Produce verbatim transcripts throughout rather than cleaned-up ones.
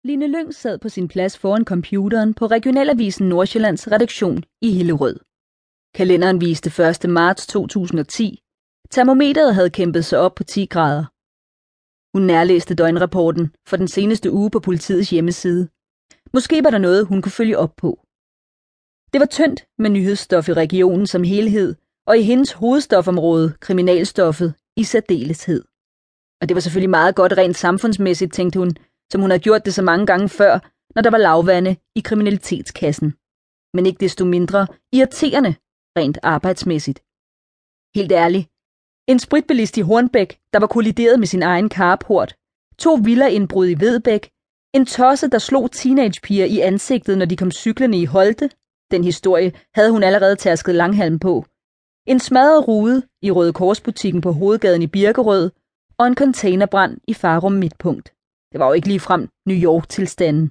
Line Lyng sad på sin plads foran computeren på Regionalavisen Nordsjællands redaktion i Hillerød. Kalenderen viste første marts to tusind og ti. Termometeret havde kæmpet sig op på ti grader. Hun nærlæste døgnrapporten for den seneste uge på politiets hjemmeside. Måske var der noget, hun kunne følge op på. Det var tyndt med nyhedsstof i regionen som helhed, og i hendes hovedstofområde, kriminalstoffet, i særdeleshed. Og det var selvfølgelig meget godt rent samfundsmæssigt, tænkte hun, som hun havde gjort det så mange gange før, når der var lavvande i kriminalitetskassen. Men ikke desto mindre irriterende rent arbejdsmæssigt. Helt ærligt. En spritbilist i Hornbæk, der var kollideret med sin egen carport. To villaindbrud i Vedbæk. En tosse, der slog teenagepiger i ansigtet, når de kom cyklerne i Holte. Den historie havde hun allerede tærsket langhalm på. En smadret rude i Røde Kors-butikken på Hovedgaden i Birkerød. Og en containerbrand i Farum Midtpunkt. Det var jo ikke ligefrem New York-tilstanden.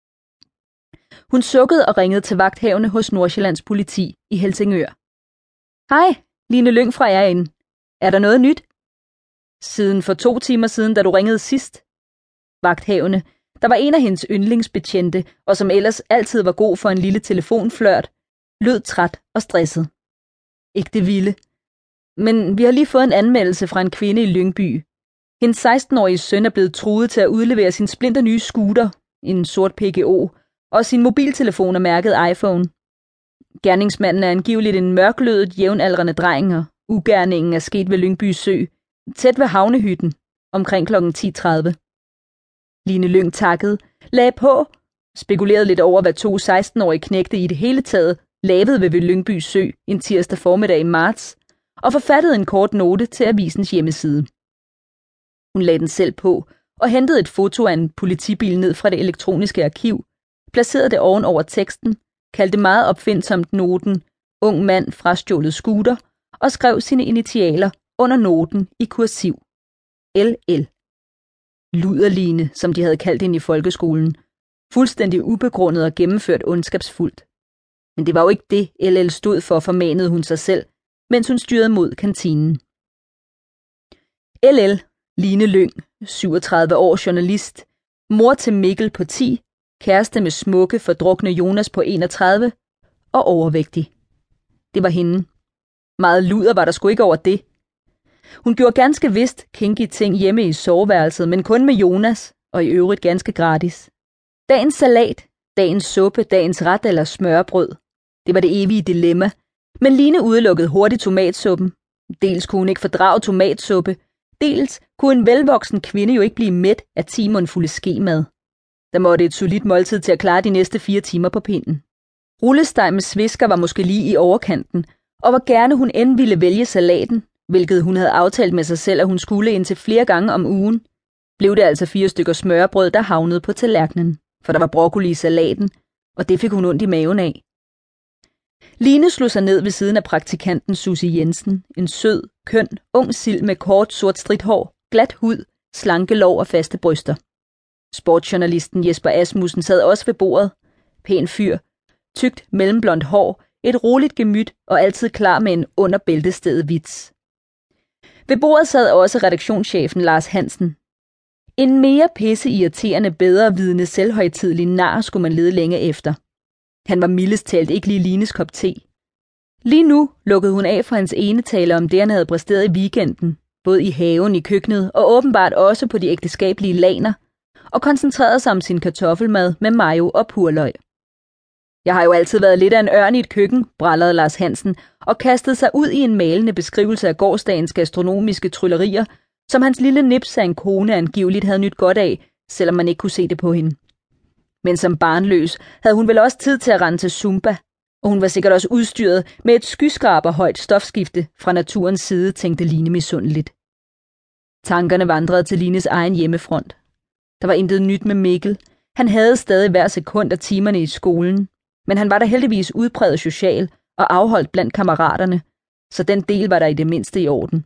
Hun sukkede og ringede til vagthavende hos Nordsjællands politi i Helsingør. Hej, Line Lyng fra jer inde. Er der noget nyt? Siden for to timer siden, da du ringede sidst. Vagthavende, der var en af hendes yndlingsbetjente, og som ellers altid var god for en lille telefonflørt, lød træt og stresset. Ikke det vilde. Men vi har lige fået en anmeldelse fra en kvinde i Lyngby. Hendes seksten-årige søn er blevet truet til at udlevere sin splinternye scooter, en sort P G O, og sin mobiltelefon er mærket iPhone. Gerningsmanden er angiveligt en mørklødet, jævnaldrende dreng, og ugerningen er sket ved Lyngby Sø, tæt ved havnehytten, omkring klokken ti tredive. Line Lyng takkede, lagde på, spekulerede lidt over, hvad to seksten-årige knægte i det hele taget lavede ved, ved Lyngby Sø en tirsdag formiddag i marts, og forfattede en kort note til avisens hjemmeside. Hun lagde den selv på og hentede et foto af en politibil ned fra det elektroniske arkiv, placerede det oven over teksten, kaldte meget opfindsomt noten ung mand frastjålet scooter og skrev sine initialer under noten i kursiv. L L. Luderline, som de havde kaldt hende i folkeskolen. Fuldstændig ubegrundet og gennemført ondskabsfuldt. Men det var jo ikke det, L L stod for, formanede hun sig selv, mens hun styrede mod kantinen. L L, Line Lyng, syvogtredive år, journalist, mor til Mikkel på ti, kæreste med smukke, fordrukne Jonas på enogtredive og overvægtig. Det var hende. Meget luder var der sgu ikke over det. Hun gjorde ganske vist kinky ting hjemme i soveværelset, men kun med Jonas, og i øvrigt ganske gratis. Dagens salat, dagens suppe, dagens ret eller smørbrød. Det var det evige dilemma, men Line udelukkede hurtigt tomatsuppen. Dels kunne hun ikke fordrage tomatsuppe, dels kunne en velvoksen kvinde jo ikke blive mæt af ti mundfulde skemad. Der måtte et solidt måltid til at klare de næste fire timer på pinden. Rullesteg med svisker var måske lige i overkanten, og hvor gerne hun end ville vælge salaten, hvilket hun havde aftalt med sig selv, at hun skulle indtil flere gange om ugen, blev det altså fire stykker smørbrød, der havnede på tallerkenen, for der var broccoli i salaten, og det fik hun ondt i maven af. Line slog sig ned ved siden af praktikanten Susie Jensen, en sød, køn, ung sild med kort, sort stridt hår, glat hud, slanke lår og faste bryster. Sportsjournalisten Jesper Asmussen sad også ved bordet. Pæn fyr, tykt mellemblondt hår, et roligt gemyt og altid klar med en under bæltestedet vits. Ved bordet sad også redaktionschefen Lars Hansen. En mere pisseirriterende, bedrevidende, selvhøjtidelig nar skulle man lede længe efter. Han var mildest talt ikke lige Lines kop te. Lige nu lukkede hun af fra hans enetale om det, han havde præsteret i weekenden, både i haven, i køkkenet og åbenbart også på de ægteskabelige laner, og koncentrerede sig om sin kartoffelmad med mayo og purløg. Jeg har jo altid været lidt af en ørn i et køkken, brallede Lars Hansen og kastede sig ud i en malende beskrivelse af gårsdagens gastronomiske tryllerier, som hans lille nips af en kone angiveligt havde nyt godt af, selvom man ikke kunne se det på hende. Men som barnløs havde hun vel også tid til at rende til Zumba, og hun var sikkert også udstyret med et skyskraberhøjt stofskifte fra naturens side, tænkte Line misundeligt. Tankerne vandrede til Lines egen hjemmefront. Der var intet nyt med Mikkel. Han havde stadig hver sekund af timerne i skolen, men han var da heldigvis udpræget social og afholdt blandt kammeraterne, så den del var der i det mindste i orden.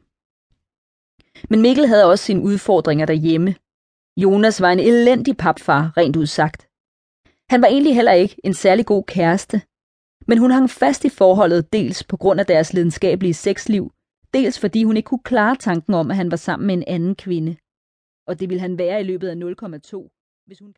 Men Mikkel havde også sine udfordringer derhjemme. Jonas var en elendig papfar, rent udsagt. Han var egentlig heller ikke en særlig god kæreste, men hun hang fast i forholdet dels på grund af deres lidenskabelige sexliv, dels fordi hun ikke kunne klare tanken om, at han var sammen med en anden kvinde. Og det ville han være i løbet af nul komma to, hvis hun